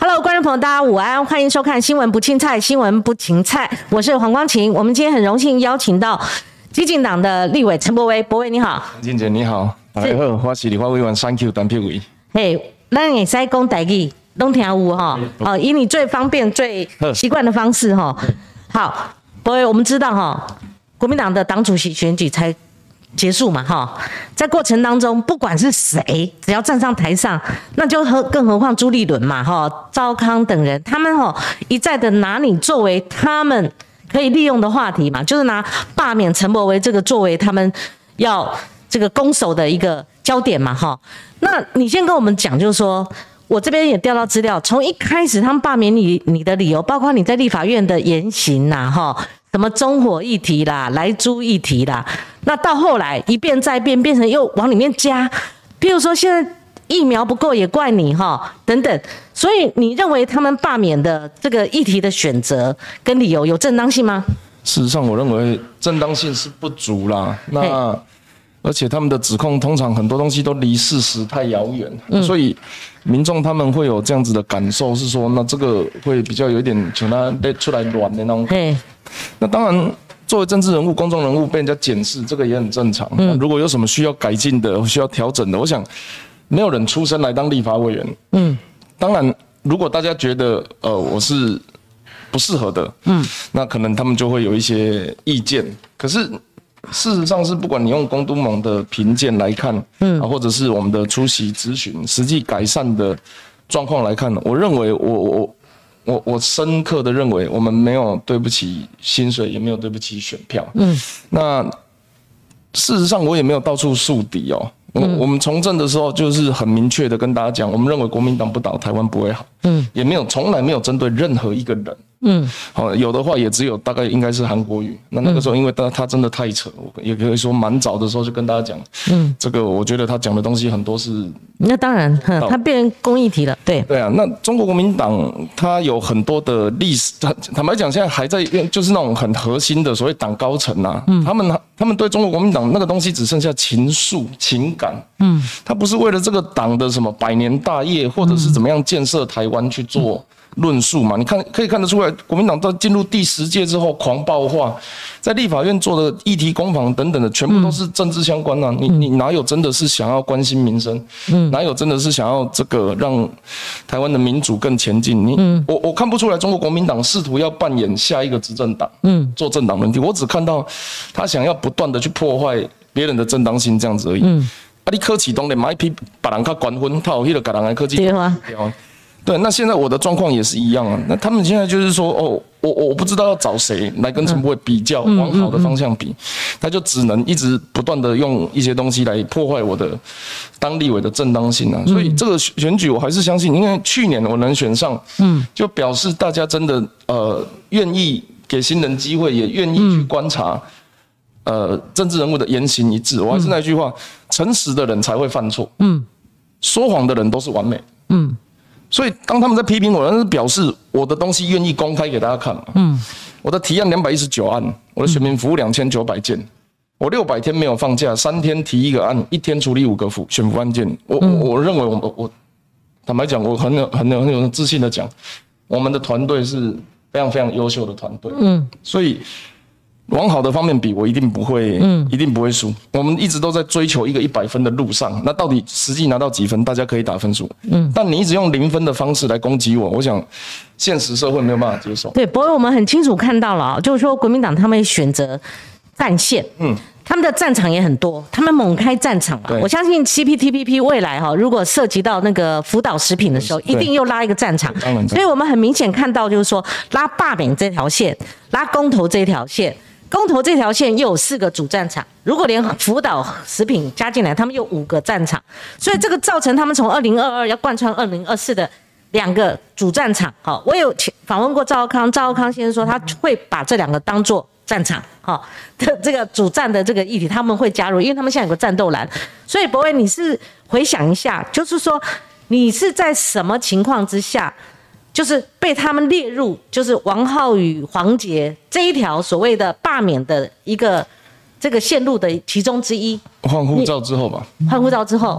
Hello， 观众朋友，大家午安，欢迎收看《新闻不青菜》，新闻不芹菜，我是黄光芹。我们今天很荣幸邀请到基进党的立委陈柏惟，柏惟你好。 金姐你好，大家好，我是立法委员3 Q 陈柏惟。 嘿，咱会使讲台语，拢听有哈。好，以你最方便、最习惯的方式哈。好，柏惟，我们知道哈，国民党的党主席选举才结束嘛哈，在过程当中，不管是谁，只要站上台上，那就更何况朱立伦嘛哈、赵康等人，他们一再的拿你作为他们可以利用的话题嘛，就是拿罢免陈柏惟这个作为他们要这个攻守的一个焦点嘛哈。那你先跟我们讲，就是说我这边也调到资料，从一开始他们罢免你的理由，包括你在立法院的言行呐哈。什么中火议题啦、莱猪议题啦，那到后来一变再变，变成又往里面加，譬如说现在疫苗不够也怪你哈，等等。所以你认为他们罢免的这个议题的选择跟理由有正当性吗？ 事实上，我认为正当性是不足啦。那而且他们的指控通常很多东西都离事实太遥远，所以民众他们会有这样子的感受，是说那这个会比较有一点像他出来乱的那种。那当然，作为政治人物、公众人物被人家检视，这个也很正常。如果有什么需要改进的、需要调整的，我想没有人出身来当立法委员。当然，如果大家觉得我是不适合的，那可能他们就会有一些意见。可是事实上是，不管你用公都盟的评鉴来看，或者是我们的出席咨询、实际改善的状况来看，我认为我深刻的认为，我们没有对不起薪水，也没有对不起选票。那事实上我也没有到处树敌哦。我们从政的时候就是很明确的跟大家讲，我们认为国民党不倒，台湾不会好。也没有从来没有针对任何一个人。有的话也只有大概应该是韩国瑜。那个时候因为他真的太扯，也可以说蛮早的时候就跟大家讲，这个我觉得他讲的东西很多是。那当然，他变成公益题了，对。 对啊，那中国国民党他有很多的历史，坦白讲，现在还在就是那种很核心的所谓党高层啊，他们对中国国民党那个东西只剩下情愫、情感。他不是为了这个党的什么百年大业，或者是怎么样建设台湾去做论述嘛？你可以看得出来，国民党在进入第10届之后狂暴化，在立法院做的议题攻防等等的，全部都是政治相关啊！你哪有真的是想要关心民生？哪有真的是想要这个让台湾的民主更前进？我看不出来中国国民党试图要扮演下一个执政党，做政党轮替。我只看到他想要不断的去破坏别人的正当性这样子而已。你柯启东连买一批把人家关婚，他有那个给人来科技。对，那现在我的状况也是一样啊。那他们现在就是说，我不知道要找谁来跟陈柏惟比较，往好的方向比，他就只能一直不断的用一些东西来破坏我的当立委的正当性啊。所以这个选举我还是相信，因为去年我能选上，就表示大家真的愿意给新人机会，也愿意去观察。政治人物的言行一致，我还是那句话，诚实的人才会犯错，说谎的人都是完美，所以当他们在批评我，那是表示我的东西愿意公开给大家看嘛，我的提案219案，我的选民服务2900件，我600天没有放假，3天提1个案，1天处理5个选服案件，我认为我坦白讲，我很有自信的讲，我们的团队是非常非常优秀的团队，所以。往好的方面比，我一定不会输。我们一直都在追求一个100分的路上，那到底实际拿到几分，大家可以打分数。但你一直用0分的方式来攻击我，我想现实社会没有办法接受。 对，不过我们很清楚看到了，就是说国民党他们选择战线，他们的战场也很多，他们猛开战场嘛。我相信 CPTPP 未来如果涉及到那个辅导食品的时候，一定又拉一个战场。所以我们很明显看到，就是说拉罢免这条线，拉公投这条线。公投这条线又有4个主战场，如果连辅导食品加进来，他们又5个战场，所以这个造成他们从2022要贯穿2024的2个主战场。我有访问过赵康先生说，他会把这2个当作战场，这个主战的这个议题他们会加入，因为他们现在有个战斗栏。所以柏惟，你是回想一下，就是说你是在什么情况之下？就是被他们列入，就是王浩宇、黄捷这一条所谓的罢免的一个这个线路的其中之一。 换护照之后吧。 换护照之后。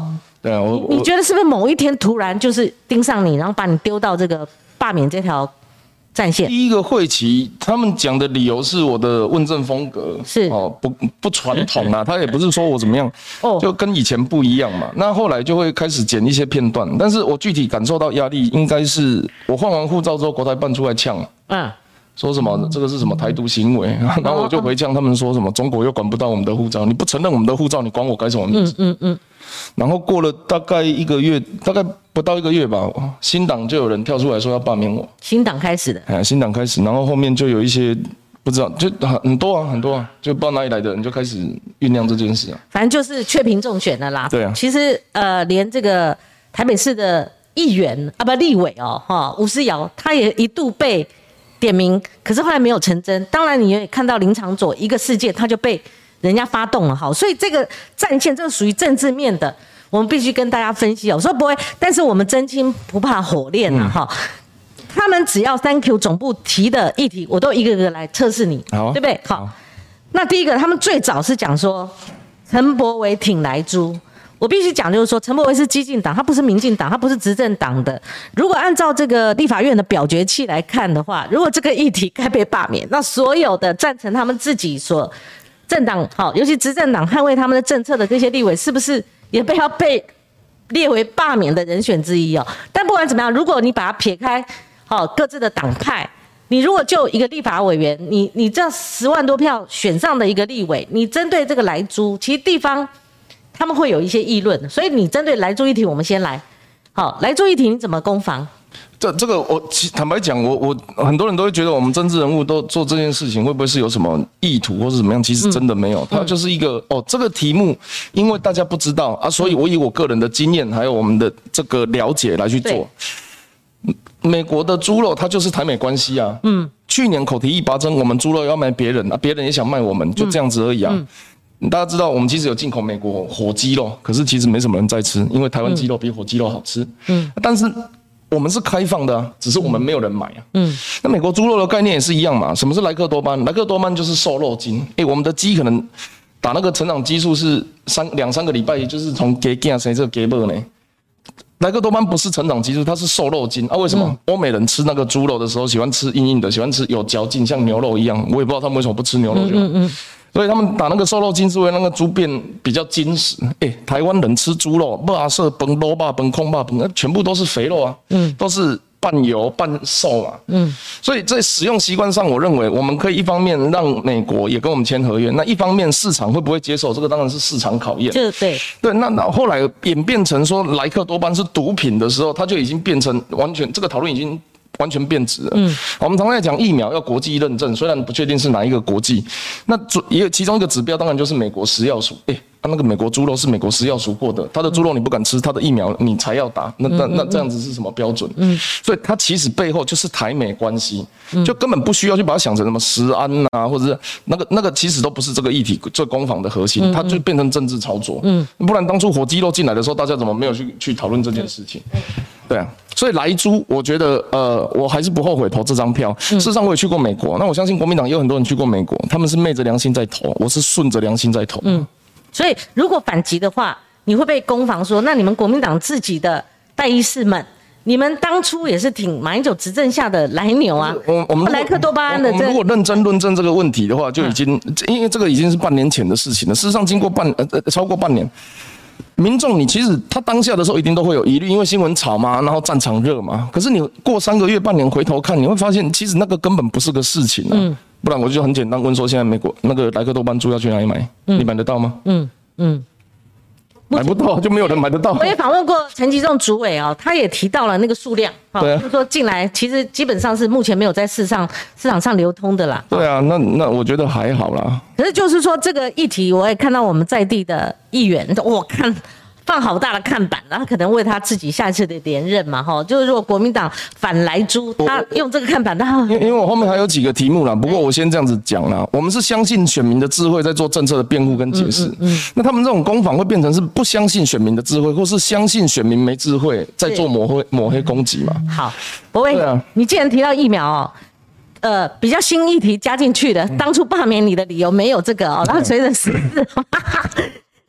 对啊， 你觉得是不是某一天突然就是盯上你，然后把你丢到这个罢免这条战线？ 第一个会期，他们讲的理由是我的问政风格是不传统啊，他也不是说我怎么样，就跟以前不一样嘛。那后来就会开始剪一些片段，但是我具体感受到压力，应该是我换完护照之后，国台办出来呛，说什么这个是什么台独行为，然后我就回呛他们说什么中国又管不到我们的护照，你不承认我们的护照，你管我改什么名字？然后过了大概1个月，大概不到1个月吧，新党就有人跳出来说要罢免我。 新党开始的， 新党开始，然后后面就有一些不知道，就很多啊，就不知道哪里来的人就开始酝酿这件事啊。 反正就是确评中选的啦。 对啊， 其实连这个台北市的议员立委吴思瑶，他也一度被点名，可是后来没有成真。当然你也看到林长佐一个事件，他就被人家发动了，所以这个战线这个属于政治面的，我们必须跟大家分析。我说不会，但是我们真金不怕火炼啊他们只要3Q 总部提的议题，我都一个个来测试你，对不对？好，那第一个，他们最早是讲说陈柏惟挺莱猪。我必须讲，就是说，陈柏惟是激进党，他不是民进党，他不是执政党的。如果按照这个立法院的表决器来看的话，如果这个议题该被罢免，那所有的赞成他们自己所政党，尤其执政党捍卫他们的政策的这些立委，是不是也要被列为罢免的人选之一？但不管怎么样，如果你把它撇开，各自的党派，你如果就一个立法委员，你这10万多票选上的一个立委，你针对这个莱猪，其实地方他们会有一些议论，所以你针对莱猪议题，我们先来。好，莱猪议题你怎么攻防？ 这个我坦白讲，我很多人都会觉得我们政治人物都做这件事情，会不会是有什么意图或是怎么样？其实真的没有，它就是一个这个题目，因为大家不知道啊，所以我以我个人的经验还有我们的这个了解来去做。美国的猪肉它就是台美关系啊，去年口蹄疫拔针，我们猪肉要卖别人啊，别人也想卖我们，就这样子而已啊。大家知道，我们其实有进口美国火鸡肉，可是其实没什么人在吃，因为台湾鸡肉比火鸡肉好吃。但是我们是开放的啊，只是我们没有人买啊。那美国猪肉的概念也是一样嘛。什么是莱克多巴胺？莱克多巴胺就是瘦肉精。我们的鸡可能打那个成长激素是2-3个礼拜，也就是从给囝生这个给母呢。莱克多巴胺不是成长激素，它是瘦肉精啊。为什么？欧美人吃那个猪肉的时候喜欢吃硬硬的，喜欢吃有嚼劲，像牛肉一样。我也不知道他们为什么不吃牛肉就好。所以他们打那个瘦肉精是为了那个猪变比较精实。台湾人吃猪肉，肉色崩、肉霸崩、空霸崩，全部都是肥肉啊，都是半油半瘦嘛。所以在使用习惯上，我认为我们可以一方面让美国也跟我们签合约，那一方面市场会不会接受，这个当然是市场考验。 对。 那后来演变成说莱克多巴胺是毒品的时候，它就已经变成完全这个讨论已经完全变质了。我们常在讲疫苗要国际认证，虽然不确定是哪一个国际，那也有其中一个指标，当然就是美国食药署。那个美国猪肉是美国食药署过的，它的猪肉你不敢吃，它的疫苗你才要打。那这样子是什么标准？所以它其实背后就是台美关系，就根本不需要去把它想成什么食安啊，或者是那个其实都不是这个议题这攻防的核心，它就变成政治操作。不然当初火鸡肉进来的时候，大家怎么没有去讨论这件事情？对啊，所以莱猪，我觉得我还是不后悔投这张票。事实上，我也去过美国，那我相信国民党也有很多人去过美国，他们是昧着良心在投，我是顺着良心在投。 所以如果反击的话，你会被攻防说，那你们国民党自己的代议士们，你们当初也是挺马英九执政下的来牛啊。我们莱克多巴胺的我们如果认真论证这个问题的话，就已经因为这个已经是半年前的事情了。事实上，经过超过半年。民众，你其实他当下的时候一定都会有疑虑，因为新闻吵嘛，然后战场热嘛。可是你过3个月、半年回头看，你会发现其实那个根本不是个事情啊。不然我就很简单问说，现在美国那个莱克多巴胺猪要去哪里买？你买得到吗？买不到，就没有人买得到。 我也访问过陈吉仲主委他也提到了那个数量，就是说进来其实基本上是目前没有在市场上流通的啦。 对啊，那我觉得还好啦。 可是就是说这个议题，我也看到我们在地的议员，我看放好大的看板，然后可能为他自己下一次的连任嘛，就是如果国民党反莱猪，他用这个看板， 因为我后面还有几个题目啦，不过我先这样子讲啦，我们是相信选民的智慧在做政策的辩护跟解释，那他们这种攻防会变成是不相信选民的智慧，或是相信选民没智慧在做抹黑攻击嘛。 好，柏惟，你既然提到疫苗比较新议题加进去的，当初罢免你的理由没有这个然后随着时事。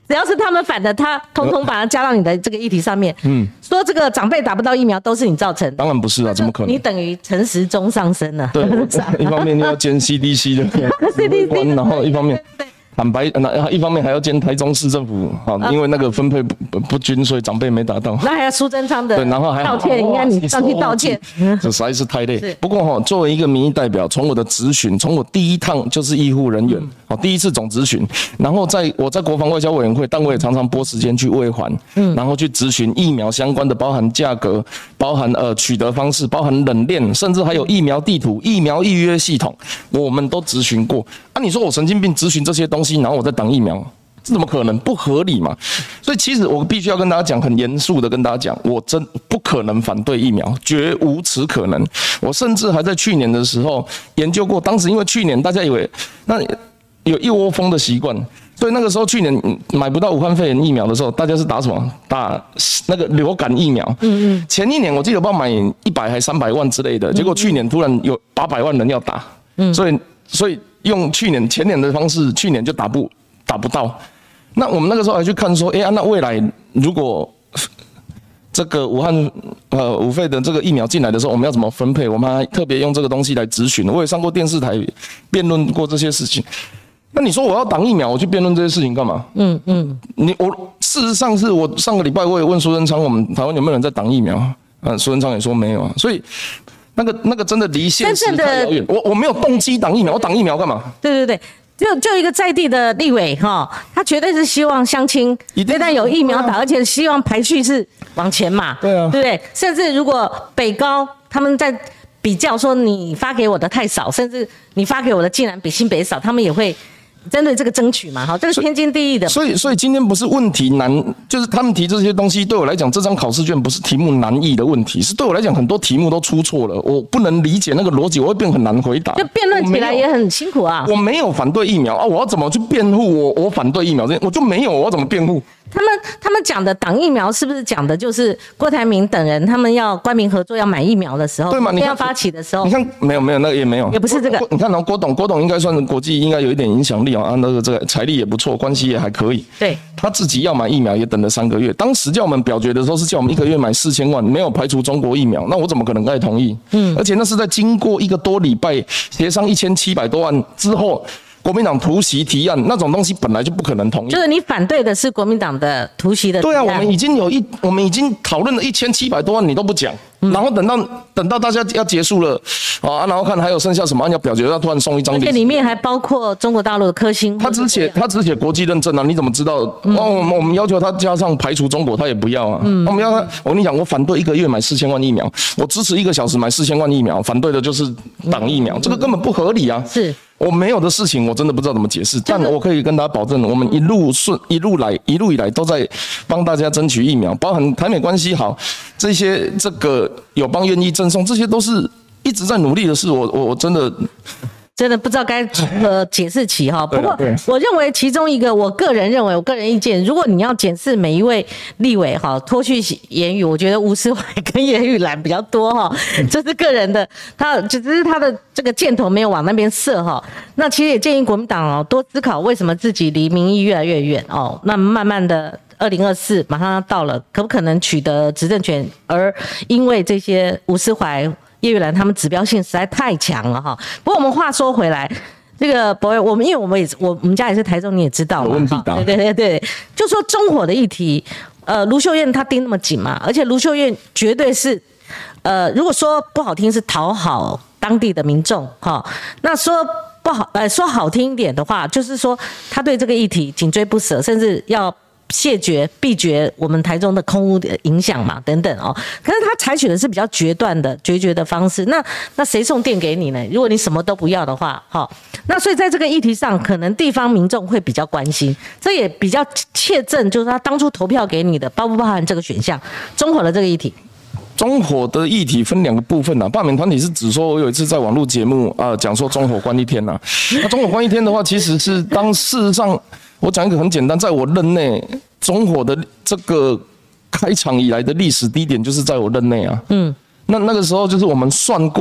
只要是他们反的，他通通把它加到你的这个议题上面。说这个长辈打不到疫苗都是你造成的， 当然不是啊，怎么可能？ 你等于陈时中上身了。 对，一方面要兼 CDC 的官，然后一方面。坦白，一方面还要兼台中市政府，因为那个分配不均，所以长辈没达到。 那还有苏贞昌的， 对，然后还道歉，应该你上去道歉， 这实在是太累。不过作为一个民意代表，从我的质询，从我第一趟就是医护人员，第一次总质询，然后我在国防外交委员会，但我也常常拨时间去卫环，然后去质询疫苗相关的，包含价格，包含取得方式，包含冷链，甚至还有疫苗地图、疫苗预约系统，我们都质询过。你说我神经病质询这些东西，然后我在挡疫苗，这怎么可能？不合理嘛！所以其实我必须要跟大家讲，很严肃的跟大家讲，我真不可能反对疫苗，绝无此可能。我甚至还在去年的时候研究过，当时因为去年大家以为那有一窝蜂的习惯，所以那个时候去年买不到武汉肺炎疫苗的时候，大家是打什么？打那个流感疫苗。前一年我记得不知道买100还300万之类的，结果去年突然有800万人要打，所以用前年的方式，去年就打不到。那我们那个时候还去看说，那未来如果这个武肺的这个疫苗进来的时候，我们要怎么分配？我们还特别用这个东西来质询。我也上过电视台辩论过这些事情。那你说我要挡疫苗，我去辩论这些事情干嘛？事实上是我上个礼拜我也问苏贞昌，我们台湾有没有人在挡疫苗？苏贞昌也说没有啊，所以。那个真的离现实太遥远。我没有动机挡疫苗，我挡疫苗干嘛？ 对，就一个在地的立委他绝对是希望乡亲一旦有疫苗打，而且希望排序是往前嘛。 对啊， 对不对？甚至如果北高他们在比较说你发给我的太少，甚至你发给我的竟然比新北少，他们也会。针对这个争取嘛，这是天经地义的。 所以今天不是问题难，就是他们提这些东西，对我来讲，这张考试卷不是题目难易的问题，是对我来讲很多题目都出错了，我不能理解那个逻辑，我会变很难回答。 就辩论起来也很辛苦啊。 我没有反对疫苗啊，我要怎么去辩护我反对疫苗？我就没有，我要怎么辩护？ 他们讲的挡疫苗是不是讲的就是郭台铭等人他们要官民合作要买疫苗的时候， 对吗？你要发起的时候， 你看没有那个也没有， 也不是这个。 你看郭董应该算是国际应该有一点影响力啊，那个这个财力也不错，关系也还可以。 对， 他自己要买疫苗也等了3个月，当时叫我们表决的时候是叫我们1个月买4000万，没有排除中国疫苗，那我怎么可能该同意？而且那是在经过1个多礼拜协商1700多万之后。国民党突袭提案那种东西本来就不可能同意， 就是你反对的是国民党的突袭的提案。 对啊，我们已经讨论了1700多万，你都不讲，然后等到大家要结束了然后看还有剩下什么案要表决，他突然送一张而且里面还包括中国大陆的科兴， 他只写国际认证啊，你怎么知道？我们要求他加上排除中国，他也不要啊。我们要他，我跟你讲，我反对1个月买4000万疫苗，我支持1个小时买4000万疫苗，反对的就是挡疫苗，这个根本不合理啊。 是。 我没有的事情，我真的不知道怎么解释。但我可以跟大家保证，我们一路以来都在帮大家争取疫苗，包含台美关系好，这些这个友邦愿意赠送，这些都是一直在努力的事。我真的不知道该如何解释起哈。不过我认为其中一个，我个人意见，如果你要检视每一位立委脱去言语，我觉得吴思怀跟叶玉兰比较多哈，这是个人的，只是他的这个箭头没有往那边射哈。那其实也建议国民党多思考为什么自己离民意越来越远那慢慢的2024马上要到了，可不可能取得执政权？而因为这些吴思怀。叶玉兰他们指标性实在太强了哈。不过我们话说回来，这个博伟，因为我们家也是台中，你也知道嘛。对，就说中火的议题，卢秀燕她盯那么紧嘛，而且卢秀燕绝对是，如果说不好听是讨好当地的民众哈，那说说好听一点的话，就是说她对这个议题紧追不舍，甚至要。避绝我们台中的空污的影响嘛，等等可是他采取的是比较决绝的方式。那谁送电给你呢？如果你什么都不要的话，那所以在这个议题上，可能地方民众会比较关心，这也比较切证，就是他当初投票给你的包不包含这个选项，中火的这个议题。 中火的议题分2个部分罢免团体是指说，我有一次在网络节目讲说中火关一天那中火关一天的话，其实是当事实上。我讲一个很简单，在我任内，中火的这个开场以来的历史低点就是在我任内啊。那个时候就是我们算过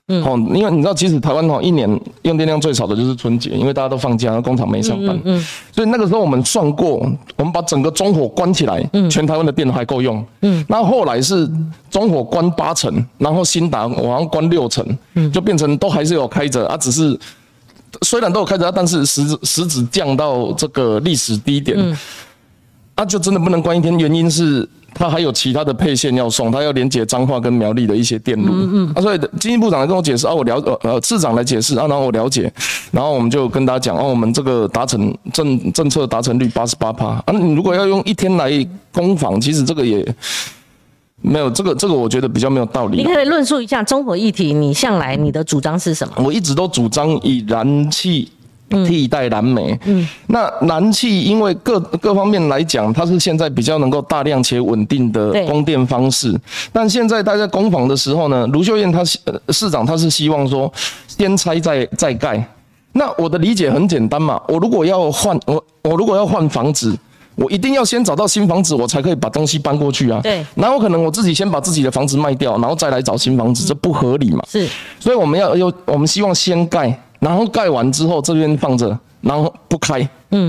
因为你知道，其实台湾一年用电量最少的就是春节，因为大家都放假，工厂没上班，所以那个时候我们算过，我们把整个中火关起来，全台湾的电还够用。那后来是中火关80%，然后新达我好像关60%，就变成都还是有开着啊，只是虽然都有开着，但是实质降到这个历史低点，就真的不能关一天，原因是。他还有其他的配线要送，他要连接彰化跟苗栗的一些电路，所以经济部长来跟我解释市长来解释然后我了解，然后我们就跟大家讲我们这个达成政策达成率88%你如果要用一天来攻防，其实这个也没有这个我觉得比较没有道理。 你可以论述一下中火议题，你向来你的主张是什么？ 我一直都主张以燃气替代燃煤，那燃气因为各方面来讲，它是现在比较能够大量且稳定的供电方式。但现在大家攻防的时候呢，卢秀燕市长他是希望说先拆再盖。那我的理解很简单嘛，我如果要换房子，我一定要先找到新房子，我才可以把东西搬过去啊。 对， 然后可能我自己先把自己的房子卖掉，然后再来找新房子，这不合理嘛。 是， 所以我们希望先盖。然后盖完之后，这边放着，然后不开。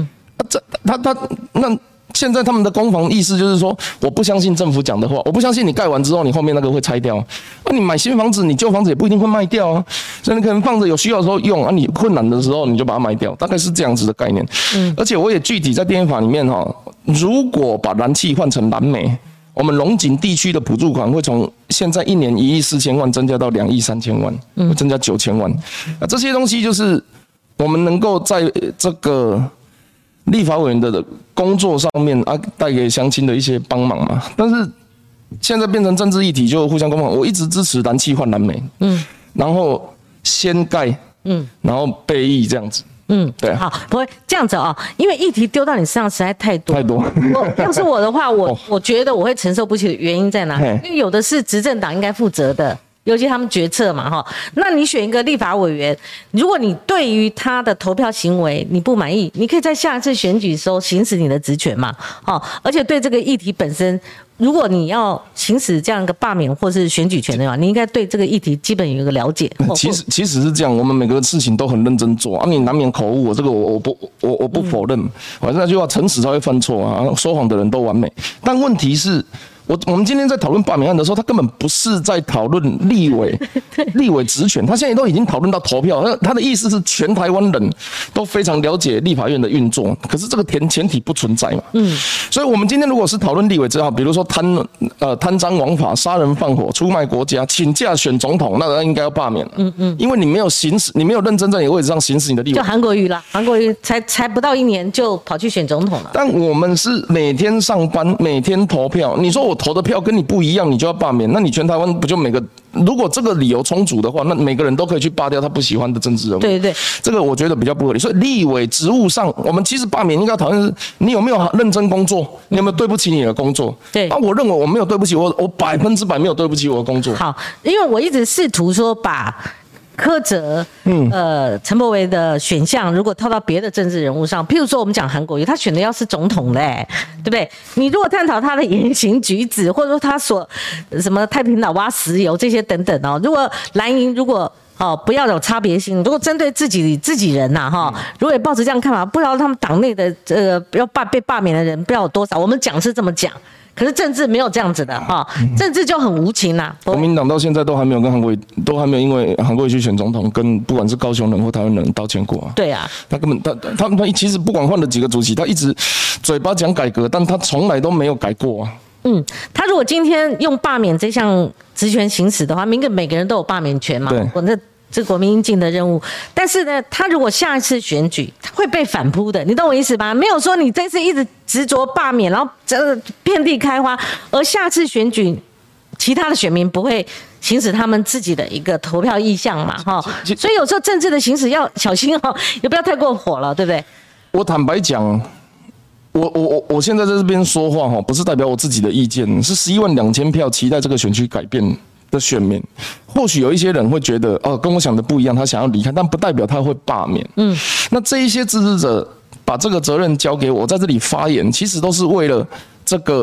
那现在他们的攻防意思就是说，我不相信政府讲的话，我不相信你盖完之后，你后面那个会拆掉。你买新房子，你旧房子也不一定会卖掉啊，所以你可能放着有需要的时候用你困难的时候你就把它卖掉，大概是这样子的概念。而且我也具体在电业法里面如果把燃气换成燃煤，我们龙井地区的补助款会从现在1年1亿4千万增加到2亿3千万，会增加9000万。这些东西就是我们能够在这个立法委员的工作上面带给乡亲的一些帮忙嘛。但是现在变成政治议题，就互相攻防。我一直支持燃气换燃煤，然后先盖，然后备役这样子。对， 好，不会这样子因为议题丢到你身上实在太多。要是我的话，我觉得我会承受不起的原因在哪里？因为有的是执政党应该负责的，尤其他们决策嘛那你选一个立法委员，如果你对于他的投票行为你不满意，你可以在下一次选举的时候行使你的职权嘛而且对这个议题本身，如果你要行使这样一个罢免或是选举权的话，你应该对这个议题基本有一个了解。 其实是这样，我们每个事情都很认真做你难免口误，这个我不否认。反正那句话，诚实才会犯错说谎的人都完美。但问题是，我们今天在讨论罢免案的时候，他根本不是在讨论立委职权，他现在都已经讨论到投票。他的意思是全台湾人都非常了解立法院的运作，可是这个前提不存在嘛。所以我们今天如果是讨论立委之后，比如说贪赃枉法、杀人放火、出卖国家、请假选总统，那应该要罢免了。因为你没有认真在你的位置上行使你的立委。 就韩国瑜啦，韩国瑜才不到1年就跑去选总统了。 但我们是每天上班，每天投票。你说我投的票跟你不一样，你就要罢免？那你全台湾不就如果这个理由充足的话，那每个人都可以去罢掉他不喜欢的政治人物。 对， 这个我觉得比较不合理。所以立委职务上，我们其实罢免应该讨论是你有没有认真工作，你有没有对不起你的工作。 对我认为我没有对不起我100%没有对不起我的工作。 好，因为我一直试图说把柯哲、陈柏惟的选项，如果套到别的政治人物上，譬如说我们讲韩国瑜，他选的要是总统嘞，对不对？你如果探讨他的言行举止，或者说他所什么太平岛挖石油这些等等如果蓝营不要有差别性，如果针对自己人如果也抱持这样看法，不知道他们党内的要被罢免的人不知道有多少。我们讲是这么讲。可是政治没有这样子的政治就很无情啦。 国民党到现在都还没有因为韩国瑜去选总统，跟不管是高雄人或台湾人道歉过对啊， 他根本他其实不管换了几个主席，他一直嘴巴讲改革，但他从来都没有改过他如果今天用罢免这项职权行使的话，每个人都有罢免权嘛。对。这国民应尽的任务，但是呢，他如果下一次选举会被反扑的，你懂我意思吗？没有说你这次一直执着罢免，然后遍地开花，而下次选举其他的选民不会行使他们自己的一个投票意向嘛，所以有时候政治的行使要小心也不要太过火了，对不对？ 我坦白讲，我现在在这边说话不是代表我自己的意见，是112000票期待这个选区改变的选民，或许有一些人会觉得跟我想的不一样，他想要离开，但不代表他会罢免。那这一些支持者把这个责任交给我，在这里发言，其实都是为了这个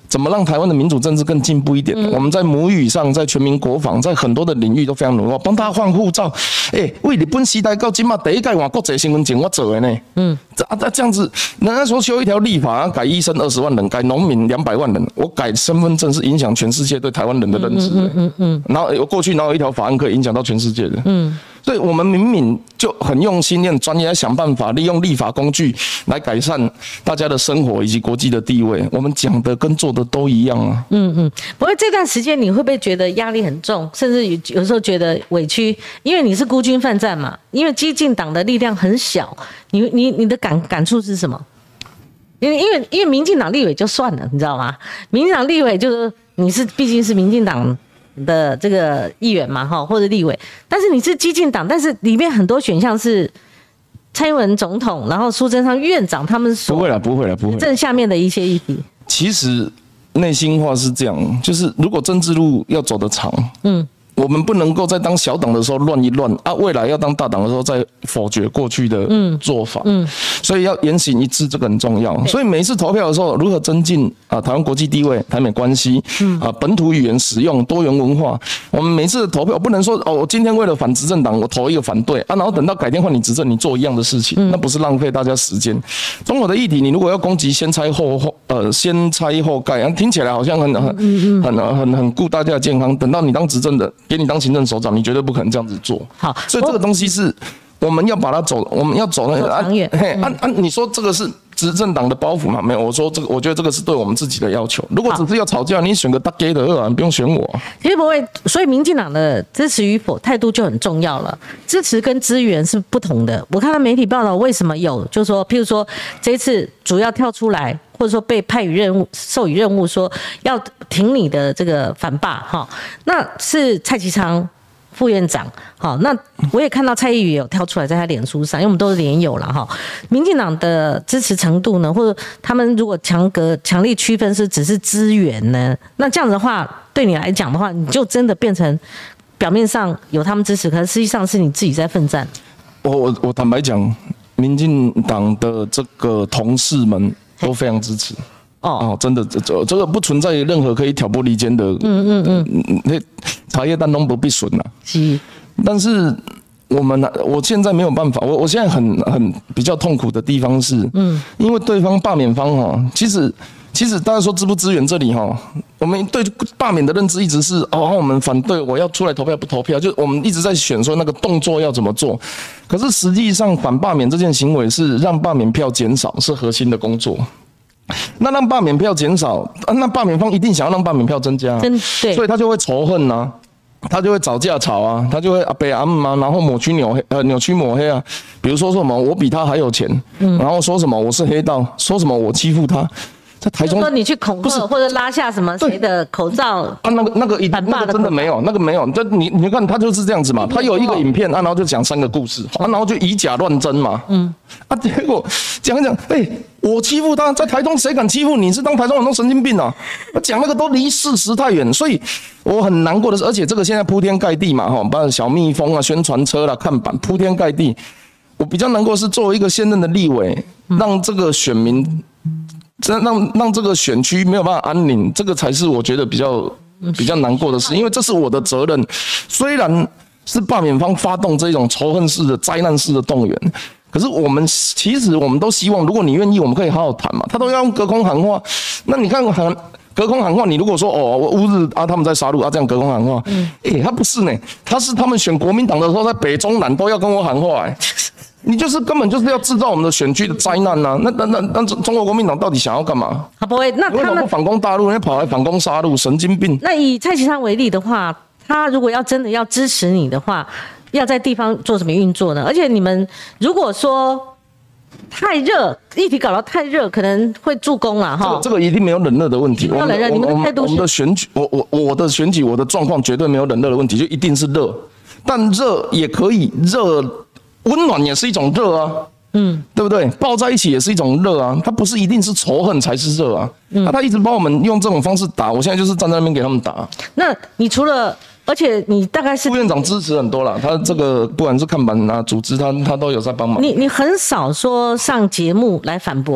怎么让台湾的民主政治更进步一点？我们在母语上，在全民国防，在很多的领域都非常努力，帮大家换护照。为日本时代到今嘛第一届换国际身份证我做的呢。这样子，人家说修一条立法，改医生20万人，改农民200万人，我改身份证是影响全世界对台湾人的认知。然后过去哪有一条法案可以影响到全世界的？所以我们明明就很用心、很专业，在想办法利用立法工具来改善大家的生活以及国际的地位。我们讲的跟做的都一样啊。 不过这段时间你会不会觉得压力很重，甚至有时候觉得委屈？因为你是孤军奋战嘛，因为激进党的力量很小，你的感触是什么？因为民进党立委就算了，你知道吗？民进党立委就是毕竟是民进党的这个议员嘛，或者立委，但是你是激进党，但是里面很多选项是蔡英文总统，然后苏贞昌院长他们所不会正下面的一些议题。 其实内心话是这样，就是如果政治路要走得长，我们不能够在当小党的时候乱一乱啊，未来要当大党的时候再否决过去的做法，所以要言行一致，这个很重要。所以每一次投票的时候，如何增进台湾国际地位、台美关系，本土语言使用、多元文化，我们每一次的投票不能说我今天为了反执政党我投一个反对啊，然后等到改天换你执政你做一样的事情，那不是浪费大家时间。中国的议题，你如果要攻击先拆后盖，听起来好像很顾大家的健康，等到你当执政的。给你当行政首长，你绝对不可能这样子做。好，所以这个东西是我们要把它走，我们要走那个长远。 你说这个是执政党的包袱吗？没有，我说这个，我觉得这个是对我们自己的要求。如果只是要吵架，你选个大 gay 的你不用选我。 其实不会，所以民进党的支持与否态度就很重要了。支持跟支援是不同的。我看到媒体报道，为什么有，就是说，譬如说这一次主要跳出来。或者说被授予任务，说要挺你的这个反霸那是蔡其昌副院长那我也看到蔡议员有跳出来在他脸书上，因为我们都是连友了民进党的支持程度呢，或者他们如果强力区分是只是资源呢，那这样子的话，对你来讲的话，你就真的变成表面上有他们支持，可是实际上是你自己在奋战。 我坦白讲，民进党的这个同事们。都非常支持真的，这个不存在任何可以挑拨离间的，那茶叶蛋都不必损啊。是，但是我现在没有办法，我现在很比较痛苦的地方是，因为对方罢免方其实大家说支不支援这里我们对罢免的认知一直是我们反对，我要出来投票不投票，就我们一直在选说那个动作要怎么做。可是实际上反罢免这件行为是让罢免票减少，是核心的工作。那让罢免票减少，那罢免方一定想要让罢免票增加，对，所以他就会仇恨啊，他就会找架吵啊，他就会阿北阿姆啊，然后扭曲抹黑啊，比如说什么我比他还有钱，然后说什么我是黑道，说什么我欺负他。在台中， 说你去恐吓或者拉下什么谁的口罩那个真的没有，那个没有。你看他就是这样子嘛，他有一个影片然后就讲3个故事然后就以假乱真嘛。结果讲一讲，我欺负他，在台中谁敢欺负你？是当台中人都神经病啊！讲那个都离事实太远，所以我很难过的是，而且这个现在铺天盖地嘛，把小蜜蜂啊、宣传车啦、看板铺天盖地。我比较难过是作为一个现任的立委，让这个选民。让这个选区没有办法安宁，这个才是我觉得比较难过的事，因为这是我的责任。虽然是罢免方发动这种仇恨式的灾难式的动员，可是其实我们都希望，如果你愿意，我们可以好好谈嘛。他都要用隔空喊话，那你看隔空喊话，你如果说我乌日他们在杀戮这样隔空喊话，他不是呢，他们选国民党的时候，在北中南都要跟我喊话你根本就是要制造我们的选区的灾难啊！那中国国民党到底想要干嘛？不会，那他们为什么不反攻大陆，人家跑来反攻杀戮，神经病！ 那以蔡其昌为例的话，他如果真的要支持你的话，要在地方做什么运作呢？而且你们如果说太热，议题搞到太热，可能会助攻啦这个一定没有冷热的问题。 没有冷热，你们的态度是？ 我们的选举，我的选举，我的状况绝对没有冷热的问题，就一定是热，但热也可以热。温暖也是一种热啊，对不对？抱在一起也是一种热啊，它不是一定是仇恨才是热啊。他一直把我们用这种方式打，我现在就是站在那边给他们打。 那你除了，而且你大概是副院长支持很多啦，他这个不管是看板啊、组织他都有在帮忙。 你很少说上节目来反驳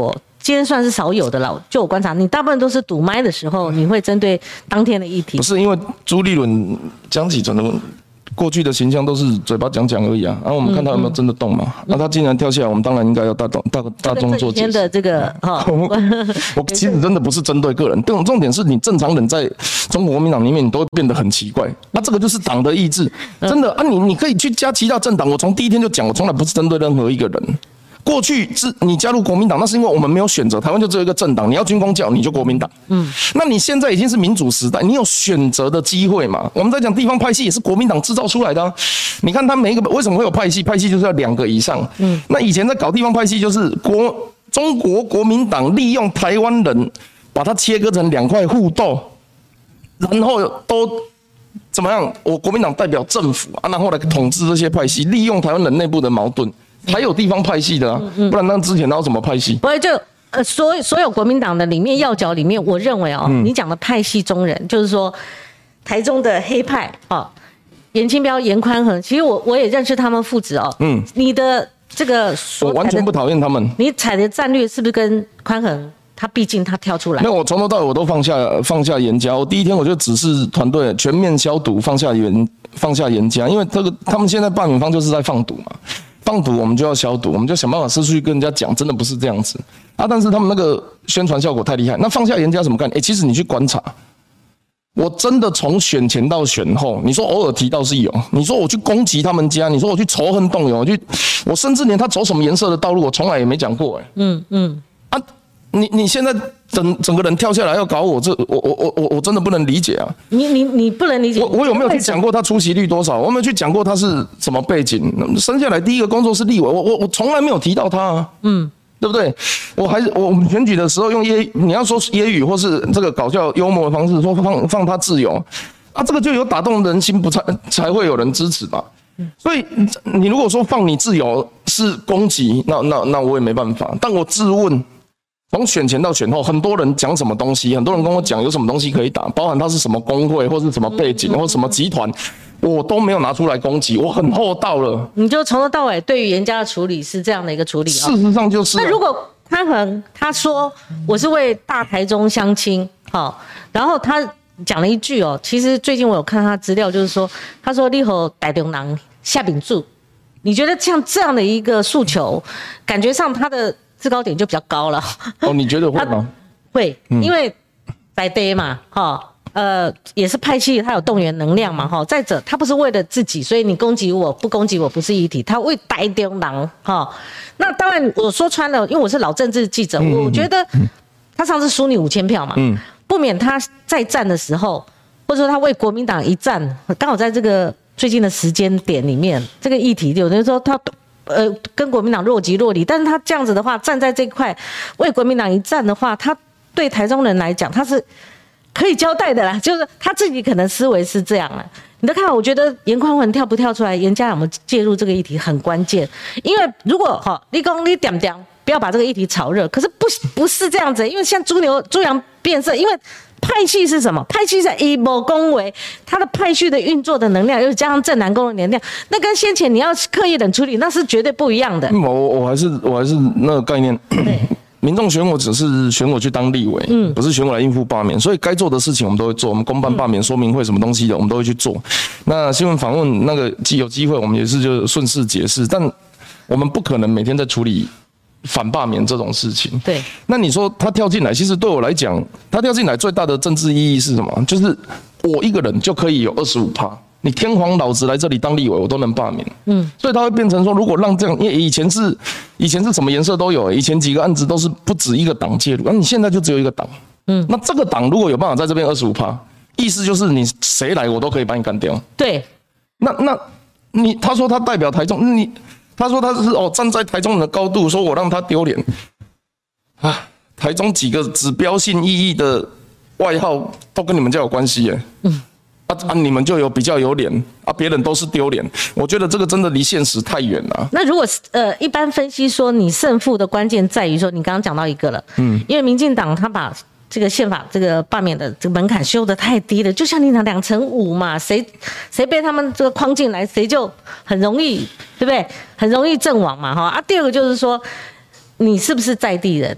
今天算是少有的了。就我观察，你大部分都是堵麦的时候，你会针对当天的议题。 不是因为朱立伦、江启臣的过去的形象都是嘴巴讲讲而已啊，然后我们看他有没有真的动嘛？那他既然跳下来，我们当然应该要大众做解释。 的这个我其实真的不是针对个人，重点是你正常人在中国国民党里面，你都会变得很奇怪。那这个就是党的意志，真的啊，你可以去加其他政党。我从第一天就讲，我从来不是针对任何一个人。过去是你加入国民党，那是因为我们没有选择，台湾就只有一个政党，你要军公教你就国民党。那你现在已经是民主时代，你有选择的机会嘛？我们在讲地方派系也是国民党制造出来的啊。你看他每一个为什么会有派系？派系就是要2个以上。那以前在搞地方派系，就是中国国民党利用台湾人，把它切割成2块互斗，然后都怎么样？我国民党代表政府啊，然后来统治这些派系，利用台湾人内部的矛盾。才有地方派系的啊，不然那之前哪有什么派系？ 不会就所有国民党的里面要角里面，我认为你讲的派系中人，就是说台中的黑派严清标、严宽恒，其实我也认识他们父子哦。你的这个我完全不讨厌他们。 你采的战略是不是跟宽恒？他毕竟他跳出来， 没有，我从头到尾我都放下严家。我第一天我就指示团队全面消毒，放下严家，因为他们现在罢免方就是在放毒嘛。放毒我们就要消毒，我们就想办法出去跟人家讲，真的不是这样子啊！但是他们那个宣传效果太厉害。那放下严家什么概念？其实你去观察，我真的从选前到选后，你说偶尔提到是有，你说我去攻击他们家，你说我去仇恨动员，我甚至连他走什么颜色的道路，我从来也没讲过你现在整个人跳下来要搞我，我真的不能理解啊！ 你不能理解。 我有没有去讲过他出席率多少？我有没有去讲过他是什么背景？生下来第一个工作是立委，我从来没有提到他啊。对不对？我们选举的时候用你要说揶揄或是这个搞笑幽默的方式说放他自由啊，这个就有打动人心，才会有人支持嘛。所以你如果说放你自由是攻击，那我也没办法。但我自问。从选前到选后，很多人讲什么东西，很多人跟我讲有什么东西可以打，包含他是什么工会或是什么背景或什么集团，我都没有拿出来攻击，我很厚道了。 你就从头到尾对于严家的处理是这样的一个处理啊？ 事实上就是。 那如果宽恒他说我是为大台中乡亲，然后他讲了一句其实最近我有看他资料，就是说他说你和台中人下饼住，你觉得像这样的一个诉求，感觉上他的制高点就比较高了。 你觉得会吗？ 会，因为在地嘛，也是派系，他有动员能量嘛，再者，他不是为了自己，所以你攻击我不攻击我不是议题，他为台中人，那当然我说穿了，因为我是老政治记者，我觉得他上次输你5000票嘛，不免他在战的时候，或者说他为国民党一战，刚好在这个最近的时间点里面，这个议题有人说他。跟国民党若即若离，但是他这样子的话，站在这块为国民党一战的话，他对台中人来讲，他是可以交代的啦，就是他自己可能思维是这样啦。你再看，我觉得严宽恒跳不跳出来，严家有没有介入这个议题很关键，因为如果你讲你点点不要把这个议题炒热，可是不是这样子，因为像猪羊变色，因为。派系是什么？派系是以某公为他的派系的运作的能量，又加上正南宫的能量，那跟先前你要刻意冷处理，那是绝对不一样的。我还是那个概念。民众选我只是选我去当立委，不是选我来应付罢免，所以该做的事情我们都会做。我们公办罢免说明会什么东西的，我们都会去做。那新闻访问那个有机会，我们也是就顺势解释，但我们不可能每天在处理。反罢免这种事情， 对。 那你说他跳进来，其实对我来讲，他跳进来最大的政治意义是什么？就是我一个人就可以有25%，你天皇老子来这里当立委，我都能罢免。所以他会变成说，如果让这样，因为以前是什么颜色都有，以前几个案子都是不止一个党介入，那你现在就只有一个党。那这个党如果有办法在这边25%，意思就是你谁来我都可以把你干掉。 对。 那他说他代表台中，他说他是站在台中人的高度，说我让他丢脸啊！台中几个指标性意义的外号都跟你们家有关系耶。你们就有比较有脸啊，别人都是丢脸。我觉得这个真的离现实太远了。 那如果一般分析说，你胜负的关键在于说，你刚刚讲到一个了，因为民进党他把这个宪法这个罢免的这个门槛修得太低了，就像你讲2%-5%嘛，谁被他们这个框进来，谁就很容易，对不对？很容易阵亡嘛，第二个就是说，你是不是在地人？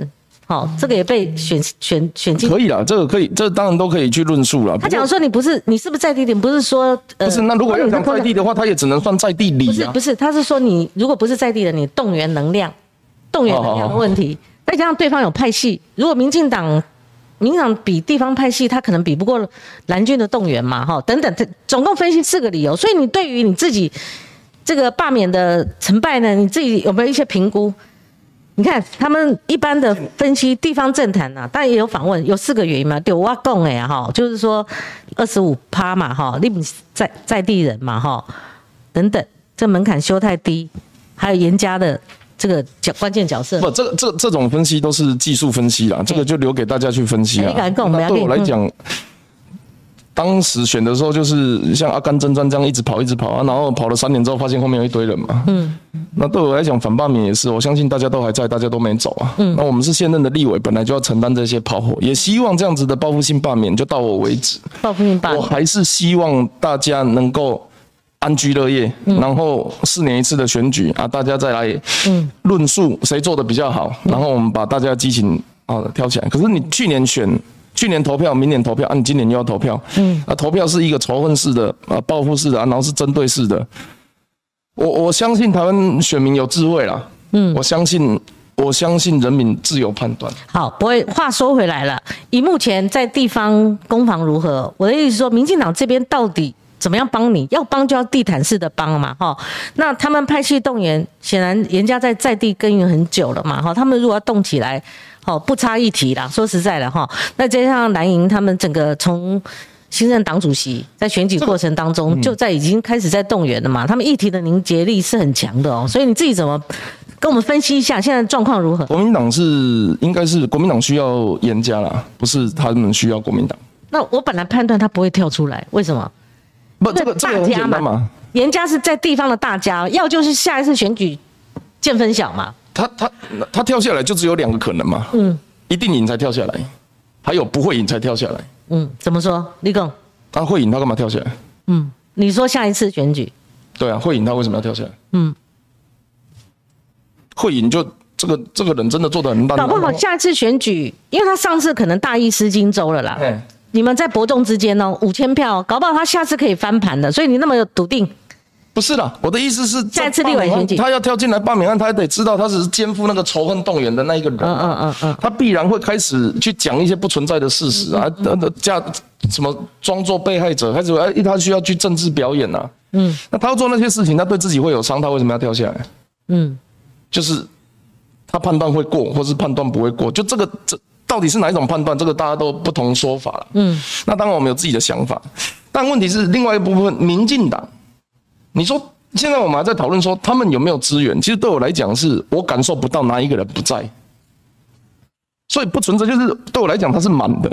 这个也被选进。 可以啦，这个可以，这当然都可以去论述啦。 他讲说你是不是在地点？不是说不是，那如果要讲在地的话，他也只能算在地里啊。 不是，他是说你如果不是在地的，你动员能量的问题，再加上对方有派系，如果民进党比地方派系，他可能比不过蓝军的动员嘛，等等，总共分析4个理由。所以你对于你自己这个罢免的成败呢，你自己有没有一些评估？你看他们一般的分析，地方政坛啊，当然也有访问，有4个原因嘛。对我讲的哈，就是说25%嘛你不在地人嘛等等，这门槛修太低，还有严加的这个关键角色。 不，这种分析都是技术分析啦，这个就留给大家去分析啦。 那对我来讲。当时选的时候，就是像阿甘正传这样一直跑啊，然后跑了3年之后，发现后面有一堆人嘛。那对我来讲，反罢免也是，我相信大家都还在，大家都没走啊。那我们是现任的立委，本来就要承担这些炮火，也希望这样子的报复性罢免就到我为止。 报复性罢免， 我还是希望大家能够安居乐业，然后4年一次的选举啊，大家再来论述谁做的比较好，然后我们把大家的激情挑起来。可是你去年投票，明年投票你今年又要投票，投票是一个仇恨式的报复式的然后是针对式的。我相信台湾选民有智慧啦，我相信人民自由判断。 好，不会。话说回来了，以目前在地方攻防如何？我的意思说，民进党这边到底怎么样帮你？要帮就要地毯式的帮嘛，那他们派系动员，显然人家在地耕耘很久了嘛，他们如果要动起来。不差一提啦，说实在的那加上蓝营他们整个从新任党主席在选举过程当中就已经开始在动员了嘛，他们议题的凝结力是很强的所以你自己怎么跟我们分析一下现在状况如何？ 国民党应该是国民党需要严加啦，不是他们需要国民党。 那我本来判断他不会跳出来，为什么？ 不，这个很简单嘛， 严加是在地方的大家，要就是下一次选举见分晓嘛。 他跳下来就只有2个可能嘛，一定赢才跳下来，还有不会赢才跳下来。 怎么说？你讲， 他会赢他干嘛跳下来？ 你说下一次选举？ 对啊，会赢他为什么要跳下来？会赢就这个人真的做得很烂。 搞不好下一次选举，因为他上次可能大意失荆州了啦。你们在伯仲之间5000票，搞不好他下次可以翻盘的，所以你那么有笃定？ 不是啦，我的意思是， 下一次立委选举， 他要跳进来罢免案，他还得知道他只是肩负那个仇恨动员的那一个人，他必然会开始去讲一些不存在的事实啊，什么装作被害者，开始他需要去政治表演啊，那他要做那些事情，他对自己会有伤，他为什么要跳下来？就是他判断会过，或是判断不会过，就这到底是哪一种判断，这个大家都不同说法了。那当然我们有自己的想法，但问题是另外一部分，民进党。你说现在我们还在讨论说他们有没有资源，其实对我来讲是我感受不到哪一个人不在，所以不存在，就是对我来讲它是满的，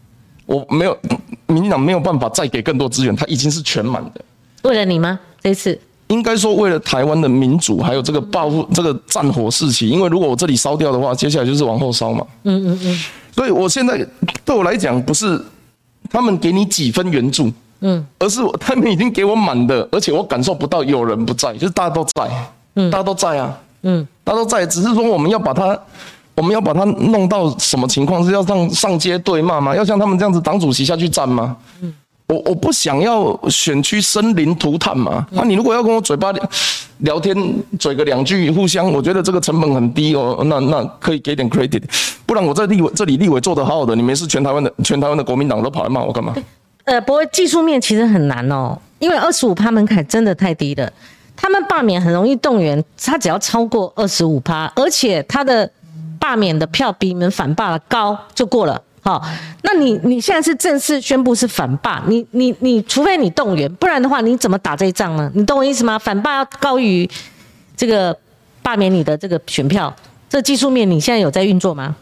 民进党没有办法再给更多资源，它已经是全满的。 为了你吗？这次应该说为了台湾的民主，还有这个报复这个战火士气，因为如果我这里烧掉的话，接下来就是往后烧嘛。所以我现在对我来讲不是他们给你几分援助。而是他们已经给我满的，而且我感受不到有人不在，就是大家都在，大家都在啊，大家都在，只是说我们要把它弄到什么情况？是要上街对骂吗？要像他们这样子党主席下去站吗？我不想要选区生灵涂炭嘛。你如果要跟我嘴巴聊天嘴个2句，互相，我觉得这个成本很低那可以给点 credit， 不然我在这里立委做得好好的，你们是全台湾的国民党都跑来骂我干嘛？ 不过技术面其实很难因为25%门槛真的太低了。他们罢免很容易动员，他只要超过25%，而且他的罢免的票比你们反罢的高就过了。那你现在是正式宣布是反罢，你除非你动员，不然的话你怎么打这一仗呢？你懂我意思吗？反罢要高于这个罢免你的这个选票，这技术面你现在有在运作吗？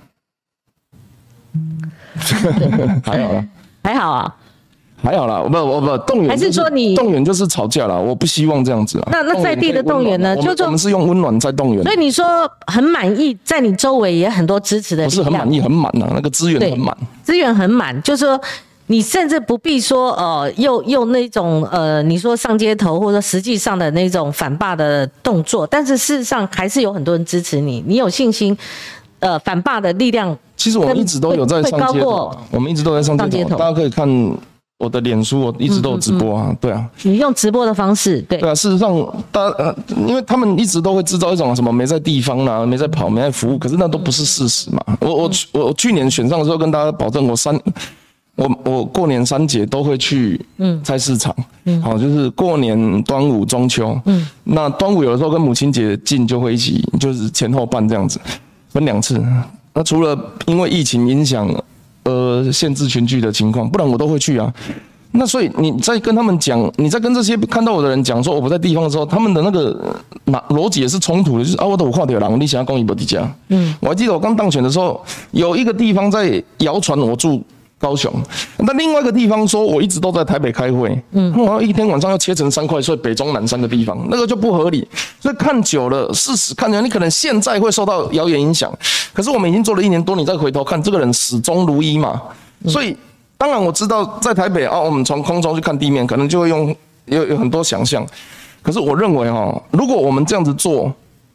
还好啦。 还好啊， 还好啦，我不动员，还是说你动员就是吵架啦？我不希望这样子啊。那在地的动员呢？ 我们是用温暖在动员。 所以你说很满意，在你周围也很多支持的力量。 不是很满意，很满啊，那个资源很满。 资源很满，就是说你甚至不必说又那种你说上街头或者实际上的那种反罢的动作，但是事实上还是有很多人支持你，你有信心。 反霸的力量， 其实我们一直都有在上街头，我们一直都在上街头，大家可以看我的脸书，我一直都有直播啊，对啊。 你用直播的方式，对。 对啊，事实上，因为他们一直都会制造一种什么没在地方啦，没在跑，没在服务，可是那都不是事实嘛。我去年选上的时候跟大家保证，我过年3节都会去菜市场，好，就是过年、端午、中秋，那端午有的时候跟母亲节近就会一起，就是前后办这样子，分2次。那除了因为疫情影响限制群聚的情况，不然我都会去啊。那所以你在跟他们讲，你在跟这些看到我的人讲说我不在地方的时候，他们的那个逻辑也是冲突的，就是我都有看到人，你想要讲伊不在家。我还记得我刚当选的时候，有一个地方在谣传我住高雄，那另外一个地方说我一直都在台北开会，然后一天晚上要切成3块睡北中南3个地方，那个就不合理。所以看久了，事实看久了，你可能现在会受到谣言影响，可是我们已经做了1年多，你再回头看，这个人始终如一嘛。所以当然我知道在台北我们从空中去看地面，可能就会有很多想象，可是我认为如果我们这样子做，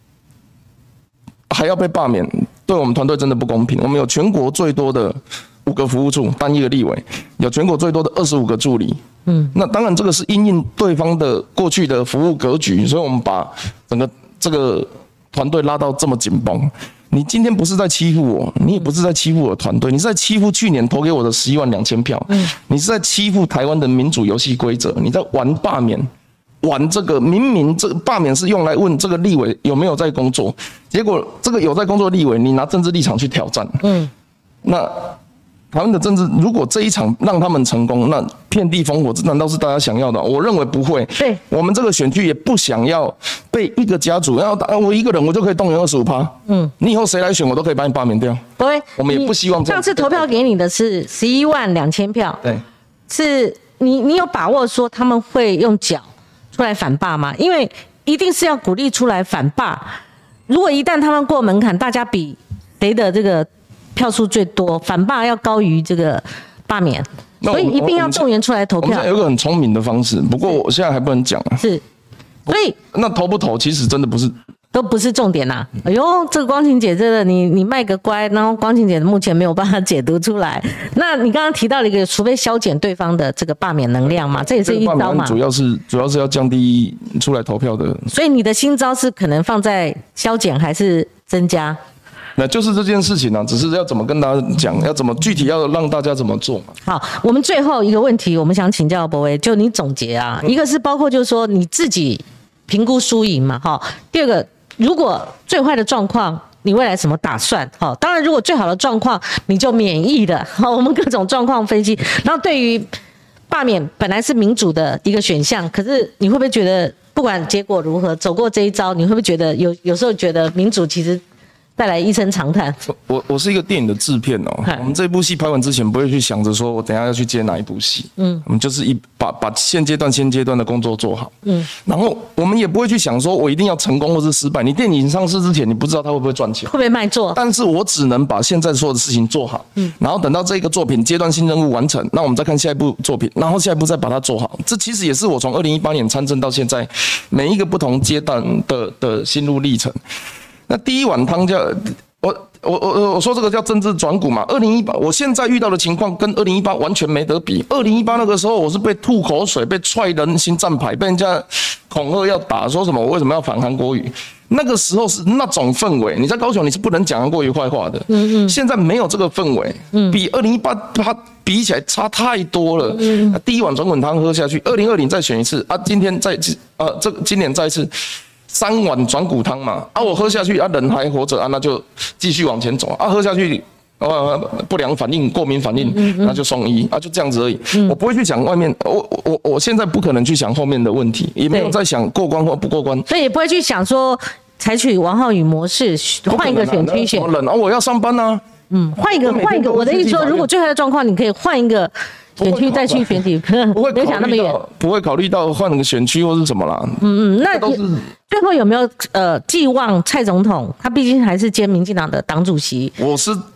还要被罢免，对我们团队真的不公平。我们有全国最多的5个服务处，单一个立委，有全国最多的25个助理。那当然这个是因应对方的过去的服务格局，所以我们把整个这个团队拉到这么紧绷。你今天不是在欺负我，你也不是在欺负我的团队，你是在欺负去年投给我的112000票。你是在欺负台湾的民主游戏规则，你在玩罢免。玩这个明明这个罢免是用来问这个立委有没有在工作，结果这个有在工作的立委，你拿政治立场去挑战。那台湾的政治，如果这一场让他们成功，那遍地烽火，这难道是大家想要的？我认为不会。 对， 我们这个选区也不想要被一个家族，我一个人我就可以动员25%。你以后谁来选，我都可以把你罢免掉。 对， 我们也不希望这样。 上次投票给你的是112000票， 对， 是你有把握说他们会用脚出来反罢吗？因为一定是要鼓励出来反罢。如果一旦他们过门槛，大家比谁的这个票数最多，反罢要高于这个罢免，所以一定要动员出来投票。 我们现在有一个很聪明的方式，不过我现在还不能讲。 是，所以那投不投其实真的都不是重点呐。哎呦，这个光晴姐真的，你卖个乖，然后光晴姐目前没有办法解读出来。那你刚刚提到了一个，除非削减对方的这个罢免能量嘛，这也是一招嘛。 主要是要降低出来投票的。 所以你的新招是可能放在削减还是增加？ 那就是这件事情只是要怎么跟大家讲，要怎么具体要让大家怎么做嘛。 好，我们最后一个问题，我们想请教柏惟，就你总结一个是包括就是说你自己评估输赢嘛，第二个，如果最坏的状况，你未来什么打算？当然，如果最好的状况，你就免疫了。我们各种状况分析。然后对于罢免本来是民主的一个选项，可是你会不会觉得，不管结果如何，走过这一招，你会不会觉得有时候觉得民主其实带来一声长叹？ 我是一个电影的制片我们这部戏拍完之前不会去想着说我等一下要去接哪一部戏，我们就是把现阶段的工作做好，然后我们也不会去想说我一定要成功或是失败。你电影上市之前，你不知道它会不会赚钱， 会不会卖座，但是我只能把现在所有的事情做好，然后等到这个作品阶段性任务完成，那我们再看下一部作品，然后下一步再把它做好。这其实也是我从2018年参政到现在每一个不同阶段的心路历程。那第一碗汤叫我说这个叫政治转股嘛。2018我现在遇到的情况跟2018完全没得比。2018那个时候我是被吐口水，被踹人心站牌，被人家恐吓要打，说什么我为什么要反韩国瑜。那个时候是那种氛围，你在高雄你是不能讲韩国瑜坏话的。现在没有这个氛围，比2018它比起来差太多了。第一碗转滚汤喝下去，2020再选一次今天今年再一次。3碗转骨汤嘛，我喝下去人还活着那就继续往前走喝下去不良反应、过敏反应那就送医就这样子而已。我不会去想外面，我现在不可能去想后面的问题，也没有在想过关或不过关， 所以也不会去想说采取王浩宇模式，换一个选区选。 我要上班换一个。我的意思说，如果最坏的状况，你可以换一个选区再去选举，不会想那么远， 不会考虑到换个选区或是什么啦。 那最后有没有寄望蔡总统？他毕竟还是兼民进党的党主席。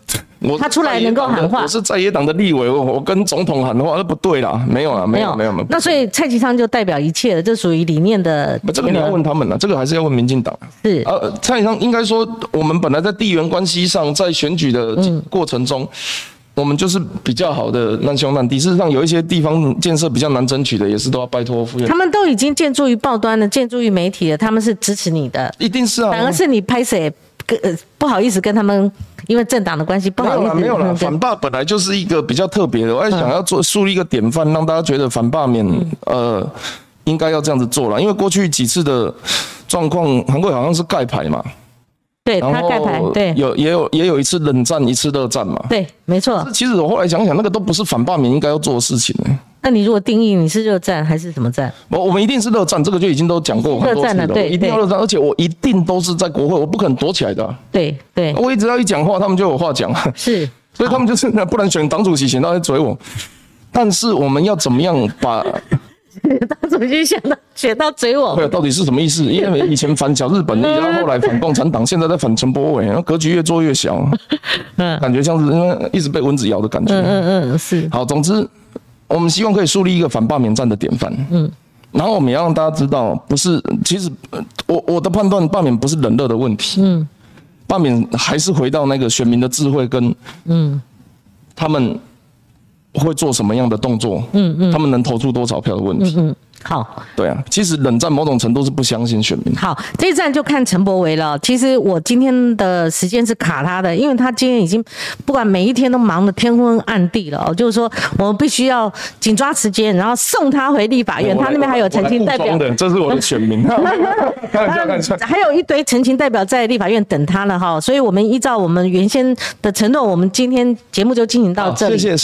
他出来能够喊话。 我是在野党的立委，我跟总统喊话，那不对啦，没有啦，没有。 那所以蔡其昌就代表一切了，这属于理念的。 这个你要问他们了，这个还是要问民进党。 是蔡其昌应该说，我们本来在地缘关系上，在选举的过程中。我们就是比较好的难兄难弟，事实上有一些地方建设比较难争取的，也是都要拜托副院。 他们都已经建筑于报端了，建筑于媒体了，他们是支持你的， 一定是啊。 反而是你拍谁不好意思跟他们，因为政党的关系不好意思。 没有啦，反罢本来就是一个比较特别的，我还想要树立一个典范，让大家觉得反罢免应该要这样子做了，因为过去几次的状况，韩国好像是盖牌嘛。 对他盖牌，对， 也有一次冷战，一次热战嘛。 对，没错。 其实我后来想想，那个都不是反罢免应该要做的事情。 那你如果定义你是热战还是什么战？ 我们一定是热战，这个就已经都讲过很多次了。对，一定要热战，而且我一定都是在国会，我不可能躲起来的。 对， 我一直要一讲话，他们就有话讲。 是， 所以他们就是不然选党主席选到来追我。但是我们要怎么样把？ 党主席选到追我， 到底是什么意思？因为以前反小日本，然后后来反共产党，现在在反陈柏惟，然后格局越做越小，感觉像是因为一直被蚊子咬的感觉。 是。 好，总之我们希望可以树立一个反罢免战的典范。然后我们也要让大家知道，不是，其实我的判断，罢免不是冷热的问题。罢免还是回到那个选民的智慧跟他们。会做什么样的动作？他们能投出多少票的问题。 好， 对啊，其实冷战某种程度是不相信选民。 好，这一站就看陈柏惟了。其实我今天的时间是卡他的，因为他今天已经不管每一天都忙得天昏暗地了。就是说，我们必须要紧抓时间，然后送他回立法院。他那边还有陈情代表， 这是我的选民。 还有一堆陈情代表在立法院等他了哈。所以我们依照我们原先的承诺，我们今天节目就进行到这里。 谢谢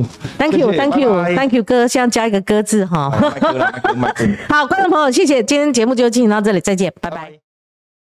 ，Thank you，哥，先加一个哥字哈。好，观众朋友，谢谢，今天节目就进行到这里，再见，拜拜。